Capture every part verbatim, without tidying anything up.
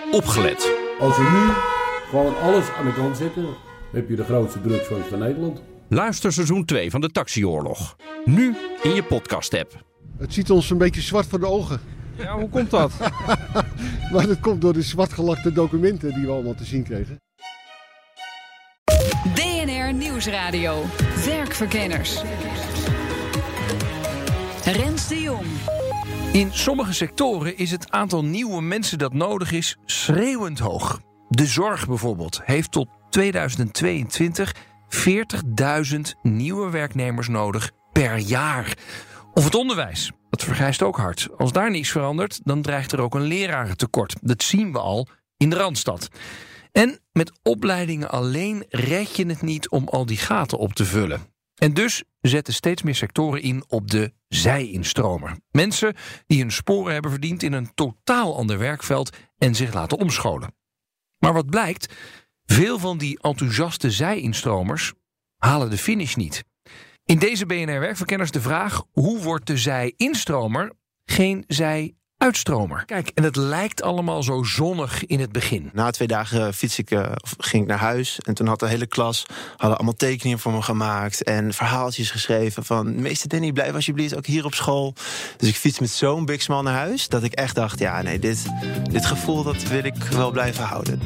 opgelet. Als we nu gewoon alles aan de kant zetten, heb je de grootste drugsfans van Nederland. Luister seizoen twee van de Taxioorlog. Nu in je podcast-app. Het ziet ons een beetje zwart voor de ogen. Ja, hoe komt dat? Maar dat komt door de zwartgelakte documenten die we allemaal te zien kregen. D N R Nieuwsradio. Werkverkenners. Rens de Jong. In sommige sectoren is het aantal nieuwe mensen dat nodig is schreeuwend hoog. De zorg bijvoorbeeld heeft tot tweeduizend tweeëntwintig veertigduizend nieuwe werknemers nodig per jaar. Of het onderwijs, dat vergrijst ook hard. Als daar niets verandert, dan dreigt er ook een lerarentekort. Dat zien we al in de Randstad. En met opleidingen alleen red je het niet om al die gaten op te vullen. En dus zetten steeds meer sectoren in op de zij-instromer. Mensen die hun sporen hebben verdiend in een totaal ander werkveld en zich laten omscholen. Maar wat blijkt, veel van die enthousiaste zij-instromers halen de finish niet. In deze B N R Werkverkenners de vraag: hoe wordt de zij-instromer geen zij-uitstromer? Kijk, en het lijkt allemaal zo zonnig in het begin. Na twee dagen fiets ik, uh, ging ik naar huis. En toen had de hele klas hadden allemaal tekeningen voor me gemaakt. En verhaaltjes geschreven van: meester Danny, blijf alsjeblieft ook hier op school. Dus ik fiets met zo'n big smile naar huis, dat ik echt dacht: ja, nee, dit, dit gevoel dat wil ik wel blijven houden.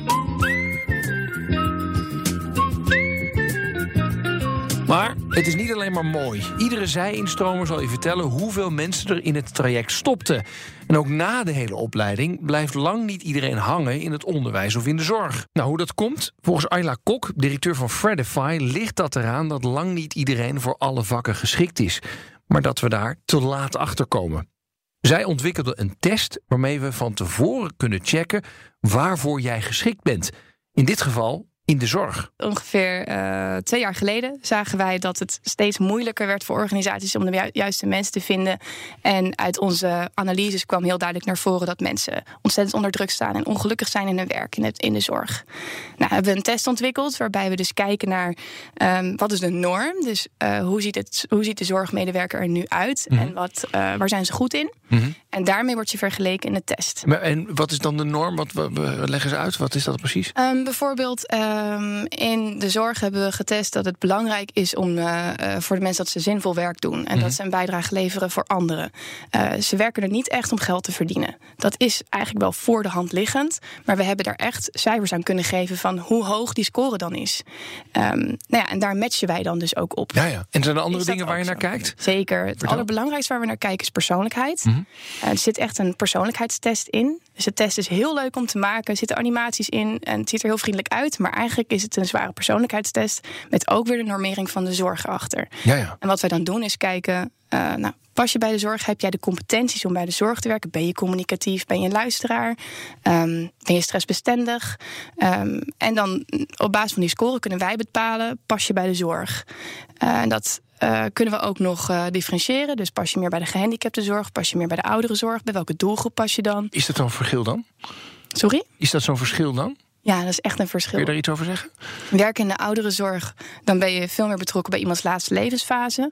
Maar het is niet alleen maar mooi. Iedere zij-instromer zal je vertellen hoeveel mensen er in het traject stopten. En ook na de hele opleiding blijft lang niet iedereen hangen in het onderwijs of in de zorg. Nou, hoe dat komt? Volgens Ayla Kok, directeur van Fredify, ligt dat eraan dat lang niet iedereen voor alle vakken geschikt is. Maar dat we daar te laat achter komen. Zij ontwikkelden een test waarmee we van tevoren kunnen checken waarvoor jij geschikt bent. In dit geval in de zorg. Ongeveer uh, twee jaar geleden zagen wij dat het steeds moeilijker werd voor organisaties om de ju- juiste mensen te vinden. En uit onze analyses kwam heel duidelijk naar voren dat mensen ontzettend onder druk staan en ongelukkig zijn in hun werk, in, het, in de zorg. Nou, hebben we een test ontwikkeld waarbij we dus kijken naar um, wat is de norm? Dus uh, hoe, ziet het, hoe ziet de zorgmedewerker er nu uit? Mm-hmm. En wat, uh, waar zijn ze goed in? Mm-hmm. En daarmee wordt je vergeleken in de test. Maar, en wat is dan de norm? Wat, wat, wat leggen ze uit? Wat is dat precies? Um, bijvoorbeeld um, in de zorg hebben we getest dat het belangrijk is om uh, uh, voor de mensen dat ze zinvol werk doen. En mm-hmm. dat ze een bijdrage leveren voor anderen. Uh, ze werken er niet echt om geld te verdienen. Dat is eigenlijk wel voor de hand liggend. Maar we hebben daar echt cijfers aan kunnen geven van hoe hoog die score dan is. Um, nou ja, en daar matchen wij dan dus ook op. Ja, ja. En zijn er andere dingen waar je naar zo? kijkt? Zeker. Het allerbelangrijkste waar we naar kijken is persoonlijkheid. Mm-hmm. Uh, er zit echt een persoonlijkheidstest in. Dus de test is heel leuk om te maken. Er zitten animaties in en het ziet er heel vriendelijk uit. Maar eigenlijk is het een zware persoonlijkheidstest met ook weer de normering van de zorg erachter. Ja, ja. En wat wij dan doen is kijken, uh, nou, pas je bij de zorg? Heb jij de competenties om bij de zorg te werken? Ben je communicatief? Ben je een luisteraar? Um, ben je stressbestendig? Um, en dan op basis van die score kunnen wij bepalen, pas je bij de zorg? Uh, en dat Uh, kunnen we ook nog uh, differentiëren. Dus pas je meer bij de gehandicaptenzorg, pas je meer bij de ouderenzorg? Bij welke doelgroep pas je dan? Is dat zo'n verschil dan? Sorry? Is dat zo'n verschil dan? Ja, dat is echt een verschil. Kun je daar iets over zeggen? Werken in de ouderenzorg, dan ben je veel meer betrokken bij iemands laatste levensfase.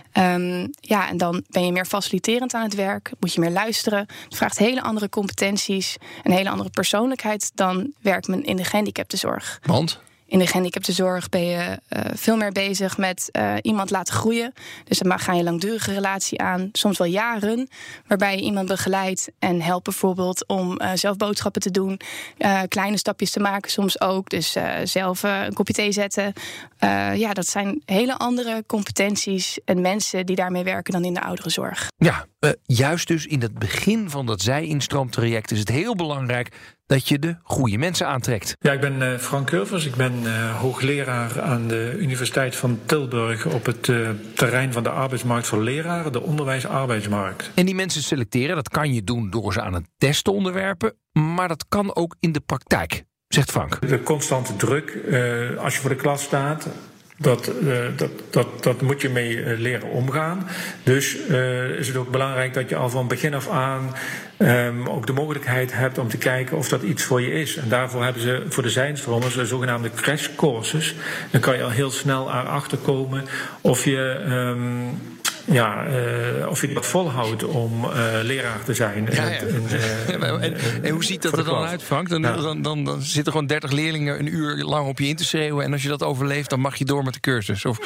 Um, ja, en dan ben je meer faciliterend aan het werk. Moet je meer luisteren. Het vraagt hele andere competenties, een hele andere persoonlijkheid dan werkt men in de gehandicaptenzorg. Want? In de gehandicaptenzorg ben je uh, veel meer bezig met uh, iemand laten groeien. Dus dan ga je een langdurige relatie aan, soms wel jaren, waarbij je iemand begeleidt en helpt bijvoorbeeld om uh, zelf boodschappen te doen, uh, kleine stapjes te maken soms ook. Dus uh, zelf uh, een kopje thee zetten. Uh, ja, dat zijn hele andere competenties en mensen die daarmee werken dan in de ouderenzorg. Ja, uh, juist dus in het begin van dat zij-instroomtraject is het heel belangrijk dat je de goede mensen aantrekt. Ja, ik ben uh, Frank Curvers. Ik ben uh, hoogleraar aan de Universiteit van Tilburg op het uh, terrein van de arbeidsmarkt voor leraren, de onderwijs-arbeidsmarkt. En die mensen selecteren, dat kan je doen door ze aan een test te onderwerpen, maar dat kan ook in de praktijk, zegt Frank. De constante druk, uh, als je voor de klas staat, Dat, uh, dat, dat, dat moet je mee uh, leren omgaan. Dus uh, is het ook belangrijk dat je al van begin af aan um, ook de mogelijkheid hebt om te kijken of dat iets voor je is. En daarvoor hebben ze voor de zijnstromers de zogenaamde crashcourses. Dan kan je al heel snel erachter komen of je um, ja, uh, of je dat volhoudt om uh, leraar te zijn. Ja, in ja. Het, in, uh, en, en hoe ziet dat er dan uit, Frank? Dan, ja. dan, dan, dan zitten gewoon dertig leerlingen een uur lang op je in te schreeuwen. En als je dat overleeft, dan mag je door met de cursus. Of...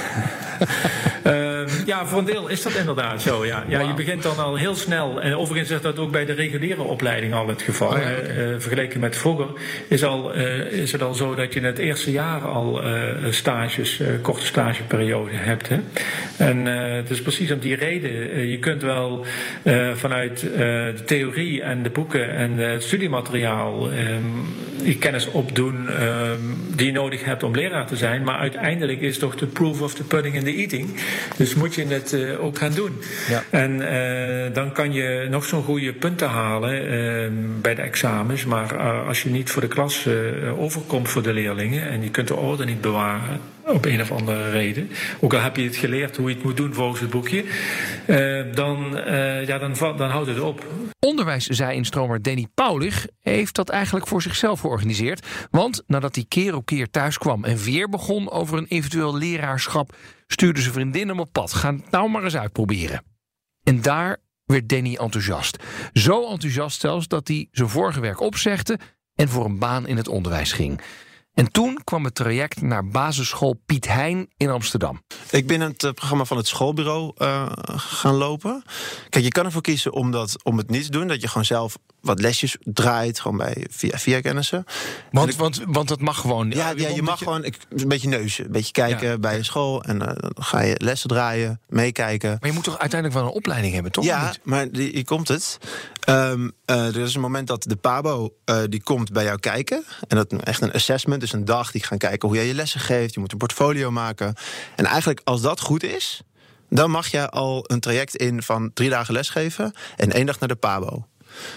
uh, ja, voor een deel is dat inderdaad zo. Ja. Ja, wow. Je begint dan al heel snel. En overigens is dat ook bij de reguliere opleiding al het geval. Oh, ja. uh, vergeleken met vroeger is, al, uh, is het al zo dat je in het eerste jaar al uh, stages, uh, korte stageperiode hebt. Hè? En uh, het is precies om die reden. Uh, je kunt wel uh, vanuit uh, de theorie en de boeken en uh, het studiemateriaal um, je kennis opdoen um, die je nodig hebt om leraar te zijn. Maar uiteindelijk is toch de proof of the pudding in the eating. Dus moet je het uh, ook gaan doen. Ja. En uh, dan kan je nog zo'n goede punten halen uh, bij de examens. Maar uh, als je niet voor de klas uh, overkomt voor de leerlingen en je kunt de orde niet bewaren op een of andere reden, ook al heb je het geleerd hoe je het moet doen volgens het boekje, uh, dan, uh, ja, dan, dan houdt het op. Onderwijszijnstromer Danny Paulich heeft dat eigenlijk voor zichzelf georganiseerd. Want nadat hij keer op keer thuis kwam en weer begon over een eventueel leraarschap, stuurde zijn vriendin hem op pad. Ga het nou maar eens uitproberen. En daar werd Danny enthousiast. Zo enthousiast zelfs dat hij zijn vorige werk opzegde en voor een baan in het onderwijs ging. En toen kwam het traject naar basisschool Piet Hein in Amsterdam. Ik ben het uh, programma van het schoolbureau uh, gaan lopen. Kijk, je kan ervoor kiezen om, dat, om het niet te doen. Dat je gewoon zelf wat lesjes draait, gewoon bij via, via kennissen. Want, ik, want, want het mag gewoon. Ja, ja, je mag je... gewoon ik, een beetje neuzen. Een beetje kijken ja. bij je school. En uh, dan ga je lessen draaien, meekijken. Maar je moet toch uiteindelijk wel een opleiding hebben, toch? Ja, maar die, hier komt het. Um, uh, er is een moment dat de Pabo uh, die komt bij jou kijken. En dat is echt een assessment. Dus een dag die gaan kijken hoe jij je lessen geeft. Je moet een portfolio maken. En eigenlijk als dat goed is, dan mag je al een traject in van drie dagen lesgeven en één dag naar de Pabo.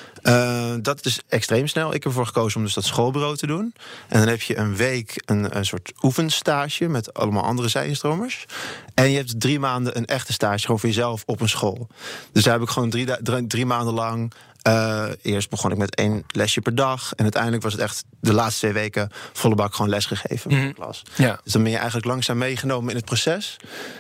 Uh, dat is extreem snel. Ik heb ervoor gekozen om dus dat schoolbureau te doen. En dan heb je een week een, een soort oefenstage met allemaal andere zijinstromers. En je hebt drie maanden een echte stage gewoon voor jezelf op een school. Dus daar heb ik gewoon drie, drie, drie maanden lang. Uh, eerst begon ik met één lesje per dag. En uiteindelijk was het echt de laatste twee weken volle bak gewoon lesgegeven mm. in de klas. Ja. Dus dan ben je eigenlijk langzaam meegenomen in het proces.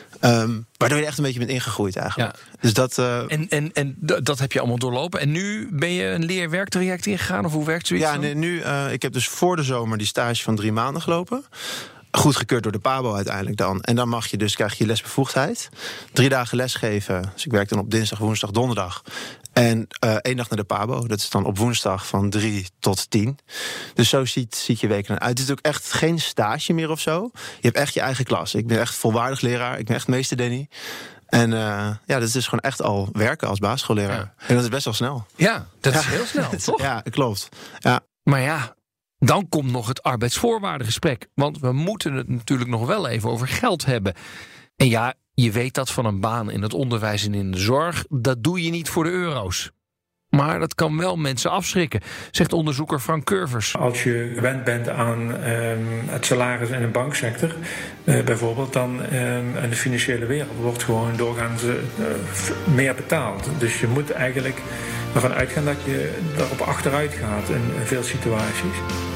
Um, waardoor je echt een beetje bent ingegroeid eigenlijk. Ja. Dus dat, uh... En, en, en d- dat heb je allemaal doorlopen. En nu ben je een leerwerktraject ingegaan? Of hoe werkt zoiets? Ja, nee, nu, uh, ik heb dus voor de zomer die stage van drie maanden gelopen. Goedgekeurd door de Pabo uiteindelijk dan. En dan mag je dus, krijg je lesbevoegdheid. Drie dagen lesgeven. Dus ik werk dan op dinsdag, woensdag, donderdag. En uh, één dag naar de Pabo. Dat is dan op woensdag van drie tot tien. Dus zo ziet, ziet je weken eruit. Het is ook echt geen stage meer of zo. Je hebt echt je eigen klas. Ik ben echt volwaardig leraar. Ik ben echt meester Danny. En uh, ja, dat is dus gewoon echt al werken als basisschoolleraar. Ja. En dat is best wel snel. Ja, dat is ja. heel snel, toch? Ja, klopt. Ja. Maar ja, dan komt nog het arbeidsvoorwaardengesprek. Want we moeten het natuurlijk nog wel even over geld hebben. En ja, je weet dat van een baan in het onderwijs en in de zorg. Dat doe je niet voor de euro's. Maar dat kan wel mensen afschrikken, zegt onderzoeker Frank Curvers. Als je gewend bent aan um, het salaris in de banksector, uh, bijvoorbeeld, dan um, in de financiële wereld wordt gewoon doorgaans uh, meer betaald. Dus je moet eigenlijk ervan uitgaan dat je daarop achteruit gaat in, in veel situaties.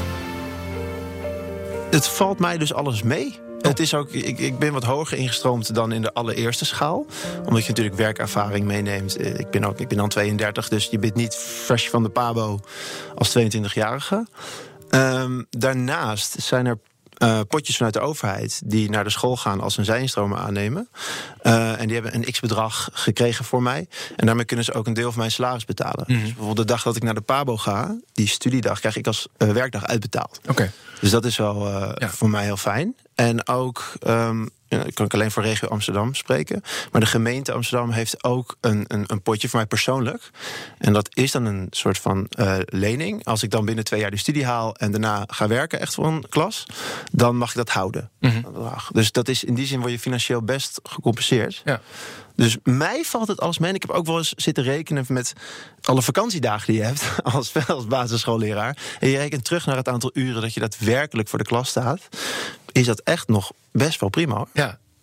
Het valt mij dus alles mee. Het is ook, ik, ik ben wat hoger ingestroomd dan in de allereerste schaal. Omdat je natuurlijk werkervaring meeneemt. Ik ben, ook, ik ben dan tweeëndertig, dus je bent niet fresh van de Pabo als tweeëntwintigjarige. Um, daarnaast zijn er uh, potjes vanuit de overheid die naar de school gaan als een zijinstromer aannemen. Uh, en die hebben een x-bedrag gekregen voor mij. En daarmee kunnen ze ook een deel van mijn salaris betalen. Mm-hmm. Dus bijvoorbeeld de dag dat ik naar de Pabo ga, die studiedag, krijg ik als uh, werkdag uitbetaald. Oké. Okay. Dus dat is wel uh, ja. voor mij heel fijn. En ook, um, ik kan ik alleen voor regio Amsterdam spreken, maar de gemeente Amsterdam heeft ook een, een, een potje voor mij persoonlijk. En dat is dan een soort van uh, lening. Als ik dan binnen twee jaar de studie haal en daarna ga werken echt voor een klas, dan mag ik dat houden. Mm-hmm. Dus dat is, in die zin word je financieel best gecompenseerd. Ja. Dus mij valt het alles mee. En ik heb ook wel eens zitten rekenen met alle vakantiedagen die je hebt als, als basisschoolleraar. En je rekent terug naar het aantal uren dat je daadwerkelijk voor de klas staat. Is dat echt nog best wel prima, hoor. Ja.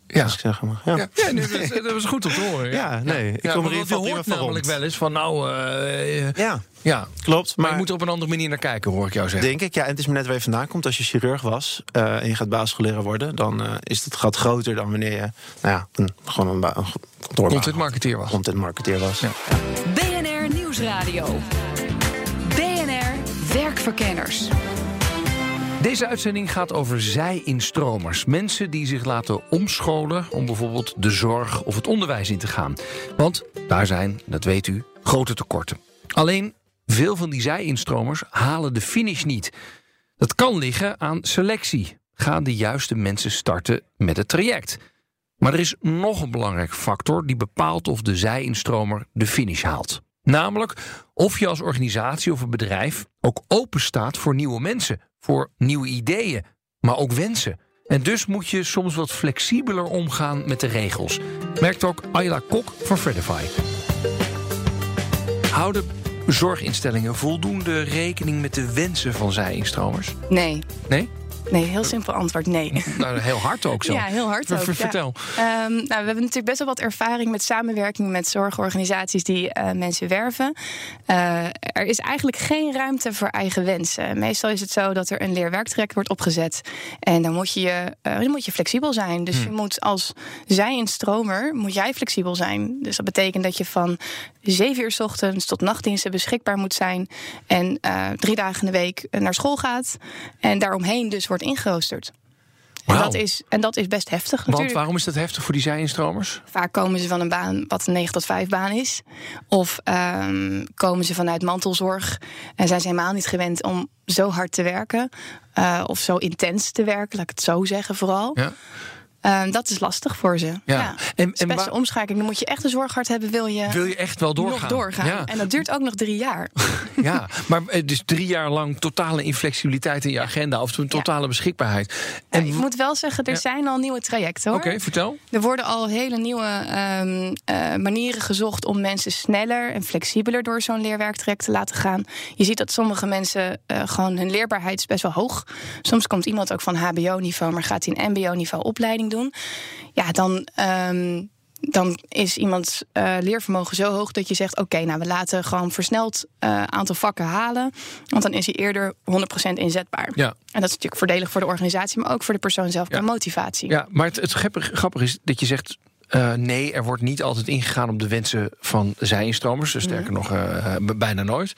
Ja. Als ik zeggen mag. Ja, ja, ja nee, dat, dat was goed om te horen. Ja, ja nee, ik ja, kom er in je ieder geval hoort prima van namelijk rond. wel eens van, nou... Uh, Ja, ja, klopt. maar, Maar je moet er op een andere manier naar kijken, hoor ik jou zeggen. denk ik, ja, en het is maar net waar je vandaan komt. Als je chirurg was uh, en je gaat basisschoolleraar worden... dan uh, is het gat groter dan wanneer je nou ja, een, gewoon een, ba- een kantoorbaan... Contentmarketeer was. Contentmarketeer was. Ja. B N R Nieuwsradio. B N R Werkverkenners. Deze uitzending gaat over zij-instromers. Mensen die zich laten omscholen om bijvoorbeeld de zorg of het onderwijs in te gaan. Want daar zijn, dat weet u, grote tekorten. Alleen, veel van die zij-instromers halen de finish niet. Dat kan liggen aan selectie. Gaan de juiste mensen starten met het traject? Maar er is nog een belangrijke factor die bepaalt of de zij-instromer de finish haalt. Namelijk of je als organisatie of een bedrijf ook open staat voor nieuwe mensen, voor nieuwe ideeën, maar ook wensen. En dus moet je soms wat flexibeler omgaan met de regels. Merkt ook Ayla Kok van Fredify. Houden zorginstellingen voldoende rekening met de wensen van zij-instromers? Nee. Nee? Nee, heel simpel antwoord, nee. Nou, heel hard ook zo. Ja, heel hard Ver, ook. ver, vertel. Ja. Um, nou, we hebben natuurlijk best wel wat ervaring met samenwerking met zorgorganisaties die uh, mensen werven. Uh, er is eigenlijk geen ruimte voor eigen wensen. Meestal is het zo dat er een leerwerktraject wordt opgezet. En dan moet je, uh, dan moet je flexibel zijn. Dus hmm. je moet als zij-instromer moet jij flexibel zijn. Dus dat betekent dat je van zeven uur 's ochtends tot nachtdiensten beschikbaar moet zijn. En uh, drie dagen in de week naar school gaat. En daaromheen dus wordt ingeroosterd. En dat, is, en dat is best heftig natuurlijk. Want waarom is dat heftig voor die zij-instromers? Vaak komen ze van een baan wat een negen tot vijf baan is. Of um, komen ze vanuit mantelzorg en zijn ze helemaal niet gewend om zo hard te werken. Uh, of zo intens te werken, laat ik het zo zeggen vooral. Ja. Um, dat is lastig voor ze. Ja. Ja. En, Het is best en een omschakeling. Dan moet je echt een zorghart hebben, wil je, wil je echt wel doorgaan. nog doorgaan. Ja. En dat duurt ook nog drie jaar. Ja, maar dus drie jaar lang totale inflexibiliteit in je agenda of een totale ja. beschikbaarheid. En ja, ik moet wel zeggen, er ja. zijn al nieuwe trajecten, hoor. Oké, okay, vertel. Er worden al hele nieuwe um, uh, manieren gezocht om mensen sneller en flexibeler door zo'n leerwerktraject te laten gaan. Je ziet dat sommige mensen uh, gewoon hun leerbaarheid is best wel hoog. Soms komt iemand ook van H B O-niveau, maar gaat hij een M B O-niveau opleiding doen. Ja, dan, um, dan is iemands uh, leervermogen zo hoog dat je zegt, oké, okay, nou, we laten gewoon versneld uh, aantal vakken halen. Want dan is hij eerder honderd procent inzetbaar. Ja. En dat is natuurlijk voordelig voor de organisatie, maar ook voor de persoon zelf qua ja. motivatie. Ja, maar het, het grappig, grappig is dat je zegt, Uh, nee, er wordt niet altijd ingegaan op de wensen van zij-instromers. Dus sterker mm-hmm. nog, uh, bijna nooit.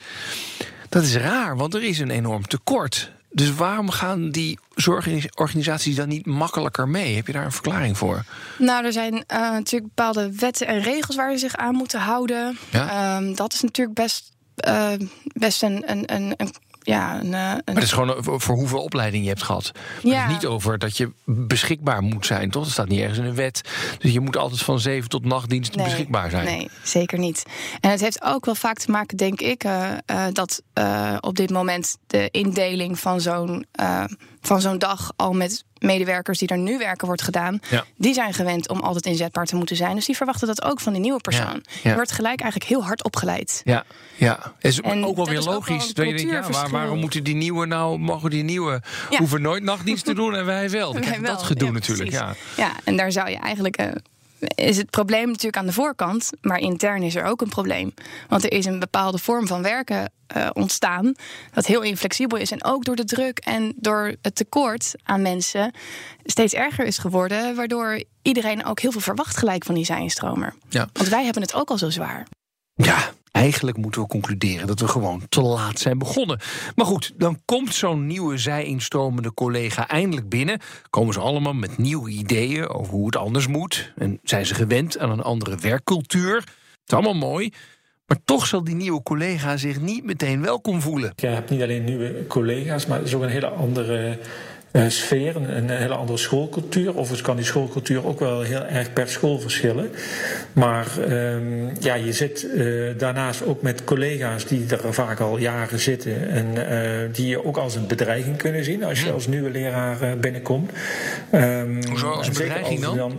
Dat is raar, want er is een enorm tekort. Dus waarom gaan die zorgorganisaties dan niet makkelijker mee? Heb je daar een verklaring voor? Nou, er zijn uh, natuurlijk bepaalde wetten en regels waar ze zich aan moeten houden. Ja? Um, dat is natuurlijk best, uh, best een... een, een, een Ja, een, een... Maar het is gewoon voor hoeveel opleiding je hebt gehad. Ja. Het is niet over dat je beschikbaar moet zijn, toch? Dat staat niet ergens in een wet. Dus je moet altijd van zeven tot nachtdienst nee, beschikbaar zijn. Nee, zeker niet. En het heeft ook wel vaak te maken, denk ik, uh, uh, dat uh, op dit moment de indeling van zo'n, uh, van zo'n dag al met medewerkers die er nu werken wordt gedaan. Ja. Die zijn gewend om altijd inzetbaar te moeten zijn. Dus die verwachten dat ook van die nieuwe persoon. Ja. Ja. Je wordt gelijk eigenlijk heel hard opgeleid. Ja, ja. Is en ook wel weer logisch. Dat je denkt, ja, maar waarom moeten die nieuwe nou, mogen die nieuwe ja. hoeven nooit nachtdienst te doen en wij wel? Dan krijg je dat gedoe ja, natuurlijk. Ja. ja, en daar zou je eigenlijk... Uh, is het probleem natuurlijk aan de voorkant, maar intern is er ook een probleem. Want er is een bepaalde vorm van werken uh, ontstaan dat heel inflexibel is. En ook door de druk en door het tekort aan mensen steeds erger is geworden, waardoor iedereen ook heel veel verwacht gelijk van die zij-instromer. Ja. Want wij hebben het ook al zo zwaar. Ja, eigenlijk moeten we concluderen dat we gewoon te laat zijn begonnen. Maar goed, dan komt zo'n nieuwe zij-instromende collega eindelijk binnen. Komen ze allemaal met nieuwe ideeën over hoe het anders moet. En zijn ze gewend aan een andere werkcultuur. Het is allemaal mooi. Maar toch zal die nieuwe collega zich niet meteen welkom voelen. Je hebt niet alleen nieuwe collega's, maar het is ook een hele andere Uh, sfeer, een, een hele andere schoolcultuur. Overigens kan die schoolcultuur ook wel heel erg per school verschillen. Maar um, ja, je zit uh, daarnaast ook met collega's die er vaak al jaren zitten en uh, die je ook als een bedreiging kunnen zien als je als nieuwe leraar uh, binnenkomt. Um, Hoezo als een bedreiging dan? dan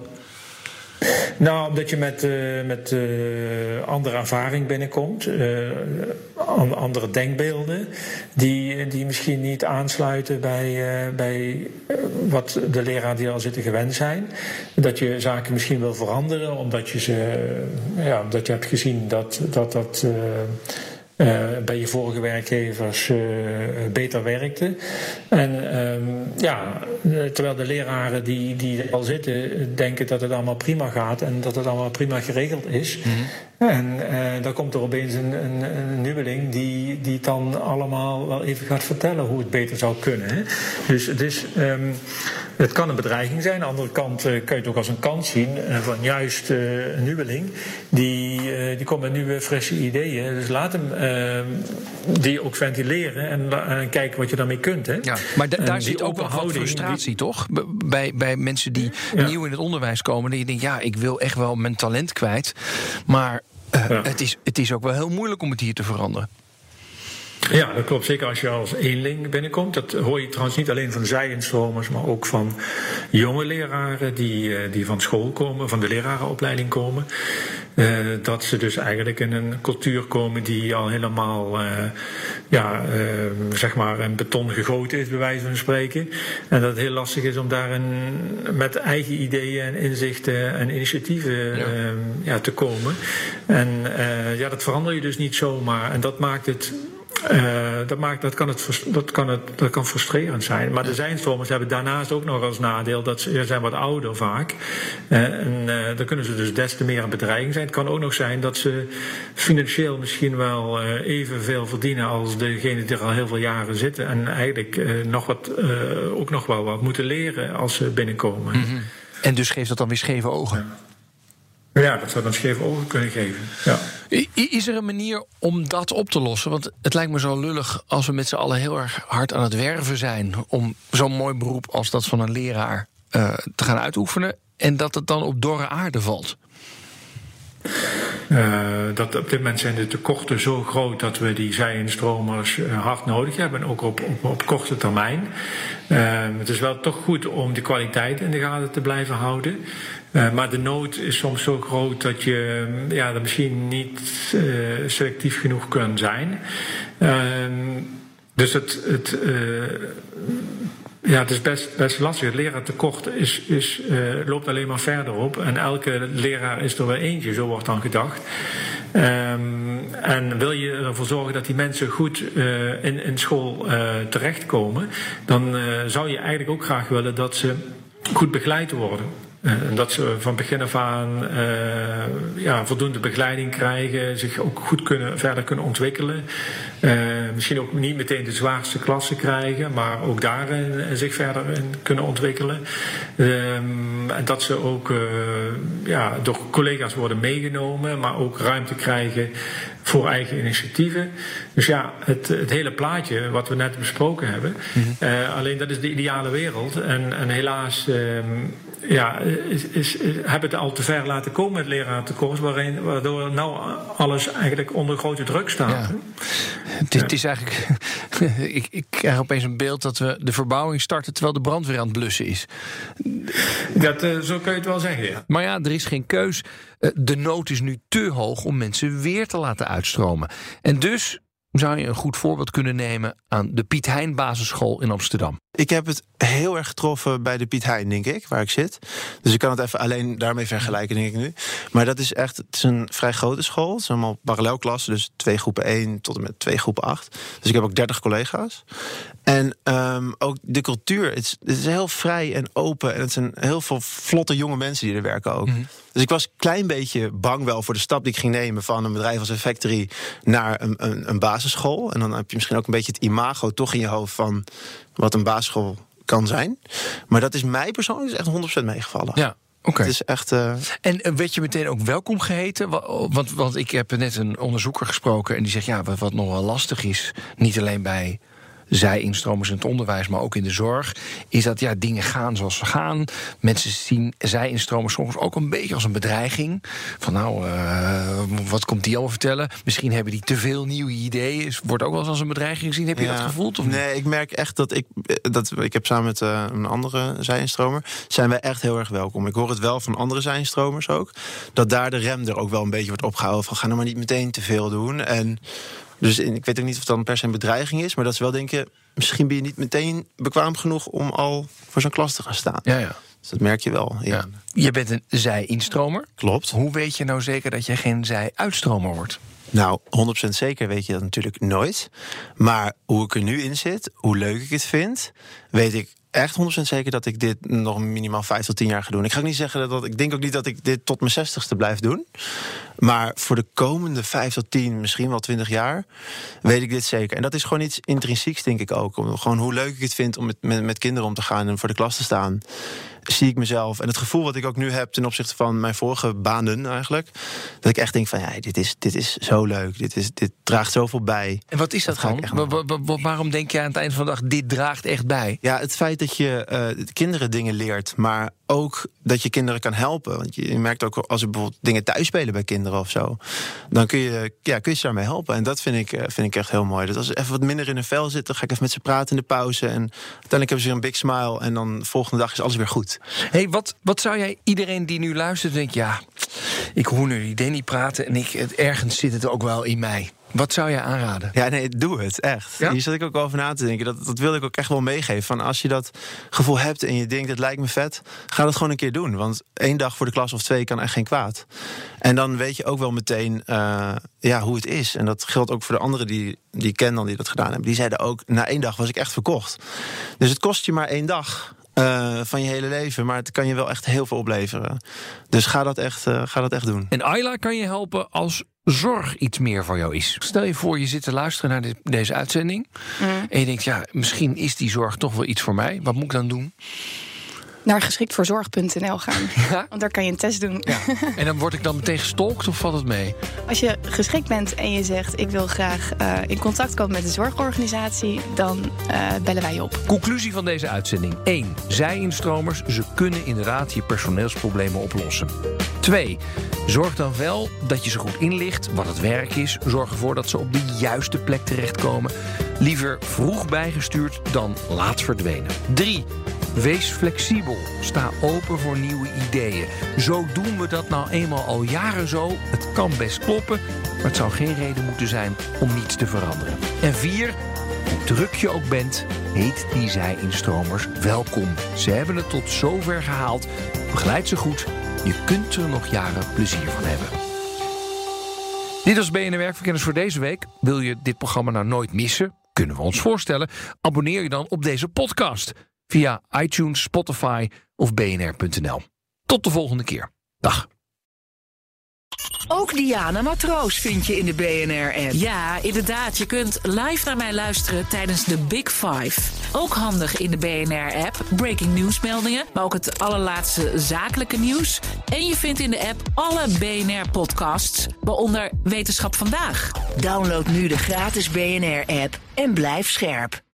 Nou, omdat je met, uh, met uh, andere ervaring binnenkomt. Uh, andere denkbeelden die, die misschien niet aansluiten bij, uh, bij wat de leraar die al zitten gewend zijn. Dat je zaken misschien wil veranderen omdat je, ze, ja, omdat je hebt gezien dat dat... dat uh, Uh, bij je vorige werkgevers uh, beter werkte. En um, ja, terwijl de leraren die, die al zitten denken dat het allemaal prima gaat en dat het allemaal prima geregeld is. Mm-hmm. En uh, dan komt er opeens een, een, een nieuweling die, die het dan allemaal wel even gaat vertellen hoe het beter zou kunnen. Hè? Dus het is... Um, Het kan een bedreiging zijn. Aan de andere kant uh, kun je het ook als een kans zien uh, van juist uh, een nieuweling. Die, uh, die komt met nieuwe, frisse ideeën. Dus laat hem uh, die ook ventileren en, en kijken wat je daarmee kunt. Hè. Ja, maar da- daar zit ook wel wat frustratie, die... toch? Bij, bij mensen die ja. nieuw in het onderwijs komen. Dat je denkt, ja, ik wil echt wel mijn talent kwijt. Maar uh, ja. het, is, het is ook wel heel moeilijk om het hier te veranderen. Ja, dat klopt. Zeker als je als eenling binnenkomt. Dat hoor je trouwens niet alleen van zij-instromers, maar ook van jonge leraren die, die van school komen, van de lerarenopleiding komen. Uh, dat ze dus eigenlijk in een cultuur komen die al helemaal, uh, ja, uh, zeg maar, in beton gegoten is, bij wijze van spreken. En dat het heel lastig is om daar een, met eigen ideeën en inzichten en initiatieven ja. Uh, ja, te komen. En uh, ja, dat verander je dus niet zomaar. En dat maakt het... Uh, dat, maakt, dat, kan het, dat, kan het, dat kan frustrerend zijn. Maar de zijnstromers hebben daarnaast ook nog als nadeel dat ze zijn wat ouder vaak. Uh, en uh, dan kunnen ze dus des te meer een bedreiging zijn. Het kan ook nog zijn dat ze financieel misschien wel uh, evenveel verdienen als degenen die er al heel veel jaren zitten. En eigenlijk uh, nog wat, uh, ook nog wel wat moeten leren als ze binnenkomen. Mm-hmm. En dus geeft dat dan weer scheve ogen? Ja. Ja, dat zou dan scheve ogen kunnen geven. Ja. Is er een manier om dat op te lossen? Want het lijkt me zo lullig als we met z'n allen heel erg hard aan het werven zijn om zo'n mooi beroep als dat van een leraar uh, te gaan uitoefenen en dat het dan op dorre aarde valt. Uh, dat op dit moment zijn de tekorten zo groot dat we die zij-instromers uh, hard nodig hebben, ook op, op, op korte termijn. Uh, het is wel toch goed om de kwaliteit in de gaten te blijven houden. Uh, maar de nood is soms zo groot dat je ja, er misschien niet uh, selectief genoeg kunt zijn. Uh, dus het... het uh, Ja, het is best, best lastig. Het leraartekort is, is, uh, loopt alleen maar verder op. En elke leraar is er wel eentje, zo wordt dan gedacht. Um, en wil je ervoor zorgen dat die mensen goed uh, in, in school uh, terechtkomen, dan uh, zou je eigenlijk ook graag willen dat ze goed begeleid worden. En dat ze van begin af aan uh, ja, voldoende begeleiding krijgen, zich ook goed kunnen, verder kunnen ontwikkelen. Uh, misschien ook niet meteen de zwaarste klassen krijgen, maar ook daarin uh, zich verder in kunnen ontwikkelen. Um, en dat ze ook uh, ja, door collega's worden meegenomen, maar ook ruimte krijgen voor eigen initiatieven. Dus ja, het, het hele plaatje wat we net besproken hebben. Mm-hmm. Uh, alleen dat is de ideale wereld. En, en helaas um, ja, is, is, is, hebben het al te ver laten komen met leraartekort, waarin, waardoor nou alles eigenlijk onder grote druk staat. Ja. Het, het is eigenlijk... ik, ik krijg opeens een beeld dat we de verbouwing starten terwijl de brandweer aan het blussen is. Dat, uh, zo kun je het wel zeggen, ja. Maar ja, er is geen keus. Uh, de nood is nu te hoog om mensen weer te laten uitstromen. En dus zou je een goed voorbeeld kunnen nemen aan de Piet Hein basisschool in Amsterdam. Ik heb het heel erg getroffen bij de Piet Hein, denk ik, waar ik zit. Dus ik kan het even alleen daarmee vergelijken, denk ik nu. Maar dat is echt, het is een vrij grote school. Het zijn allemaal parallelklassen, dus twee groepen één tot en met twee groepen acht. Dus ik heb ook dertig collega's. En um, ook de cultuur, het is, het is heel vrij en open. En het zijn heel veel vlotte jonge mensen die er werken ook. Mm-hmm. Dus ik was een klein beetje bang wel voor de stap die ik ging nemen van een bedrijf als een factory naar een, een, een basisschool. En dan heb je misschien ook een beetje het imago toch in je hoofd van wat een basisschool kan zijn. Maar dat is mij persoonlijk echt honderd procent meegevallen. Ja. Okay. Het is echt, uh... En werd je meteen ook welkom geheten? Want, want ik heb net een onderzoeker gesproken en die zegt ja, wat, wat nog wel lastig is, niet alleen bij zij-instromers in het onderwijs, maar ook in de zorg, is dat ja, dingen gaan zoals ze gaan. Mensen zien zij-instromers soms ook een beetje als een bedreiging. Van nou, uh, wat komt die allemaal vertellen? Misschien hebben die te veel nieuwe ideeën. Wordt ook wel eens als een bedreiging gezien. Heb je ja, dat gevoeld? Of nee, ik merk echt dat ik... dat ik heb samen met uh, een andere zij-instromer, zijn wij echt heel erg welkom. Ik hoor het wel van andere zij-instromers ook, dat daar de rem er ook wel een beetje wordt opgehouden van ga nou maar niet meteen te veel doen. En Dus ik weet ook niet of het dan per se een bedreiging is, maar dat ze wel denken, misschien ben je niet meteen bekwaam genoeg om al voor zo'n klas te gaan staan. Ja, ja. Dus dat merk je wel. Ja. Je bent een zij-instromer. Klopt. Hoe weet je nou zeker dat je geen zij-uitstromer wordt? Nou, honderd procent zeker weet je dat natuurlijk nooit. Maar hoe ik er nu in zit, hoe leuk ik het vind, weet ik echt honderd procent zeker dat ik dit nog minimaal vijf tot tien jaar ga doen. Ik ga ook niet zeggen dat ik denk ook niet dat ik dit tot mijn zestigste blijf doen. Maar voor de komende vijf tot tien, misschien wel twintig jaar, weet ik dit zeker. En dat is gewoon iets intrinsieks, denk ik ook. Om, gewoon hoe leuk ik het vind om met, met, met kinderen om te gaan en voor de klas te staan. Zie ik mezelf. En het gevoel wat ik ook nu heb ten opzichte van mijn vorige banen eigenlijk, dat ik echt denk van, ja, dit is, dit is zo leuk. Dit, is, dit draagt zoveel bij. En wat is dat, dat dan? Wa- wa- wa- waarom denk je aan het eind van de dag, dit draagt echt bij? Ja, het feit dat je uh, kinderen dingen leert, maar ook dat je kinderen kan helpen. Want je, je merkt ook als er bijvoorbeeld dingen thuis spelen bij kinderen of zo, dan kun je, ja, kun je ze daarmee helpen. En dat vind ik, uh, vind ik echt heel mooi. Dat als ze even wat minder in hun vel zitten, ga ik even met ze praten in de pauze. En uiteindelijk hebben ze weer een big smile. En dan de volgende dag is alles weer goed. Hey, wat, wat zou jij iedereen die nu luistert denkt, ja, ik hoor nu die Danny praten en ik, het, ergens zit het ook wel in mij. Wat zou jij aanraden? Ja, nee, doe het, echt. Ja? Hier zat ik ook over na te denken. Dat, dat wilde ik ook echt wel meegeven. Van als je dat gevoel hebt en je denkt, het lijkt me vet, ga dat gewoon een keer doen. Want één dag voor de klas of twee kan echt geen kwaad. En dan weet je ook wel meteen uh, ja, hoe het is. En dat geldt ook voor de anderen die, die ik ken dan die dat gedaan hebben. Die zeiden ook, na één dag was ik echt verkocht. Dus het kost je maar één dag Uh, van je hele leven, maar het kan je wel echt heel veel opleveren. Dus ga dat echt, uh, ga dat echt doen. En Ayla kan je helpen als zorg iets meer voor jou is. Stel je voor, je zit te luisteren naar de, deze uitzending, mm. en je denkt, ja, misschien is die zorg toch wel iets voor mij. Wat moet ik dan doen? Naar geschiktvoorzorg punt n l gaan. Ja? Want daar kan je een test doen. Ja. En dan word ik dan meteen gestalkt of valt het mee? Als je geschikt bent en je zegt, ik wil graag uh, in contact komen met de zorgorganisatie, dan uh, bellen wij je op. Conclusie van deze uitzending. één. Zij-instromers, ze kunnen inderdaad je personeelsproblemen oplossen. twee. Zorg dan wel dat je ze goed inlicht wat het werk is. Zorg ervoor dat ze op de juiste plek terechtkomen. Liever vroeg bijgestuurd dan laat verdwenen. drie. Wees flexibel. Sta open voor nieuwe ideeën. Zo doen we dat nou eenmaal al jaren zo. Het kan best kloppen, maar het zou geen reden moeten zijn om niets te veranderen. En vier. Hoe druk je ook bent, heet die zij-instromers welkom. Ze hebben het tot zover gehaald. Begeleid ze goed. Je kunt er nog jaren plezier van hebben. Dit was B N R Werkverkenners voor deze week. Wil je dit programma nou nooit missen? Kunnen we ons voorstellen? Abonneer je dan op deze podcast via iTunes, Spotify of b n r punt n l. Tot de volgende keer. Dag. Ook Diana Matroos vind je in de B N R-app. Ja, inderdaad. Je kunt live naar mij luisteren tijdens de Big Five. Ook handig in de B N R-app. Breaking nieuwsmeldingen, maar ook het allerlaatste zakelijke nieuws. En je vindt in de app alle B N R-podcasts, waaronder Wetenschap Vandaag. Download nu de gratis B N R-app en blijf scherp.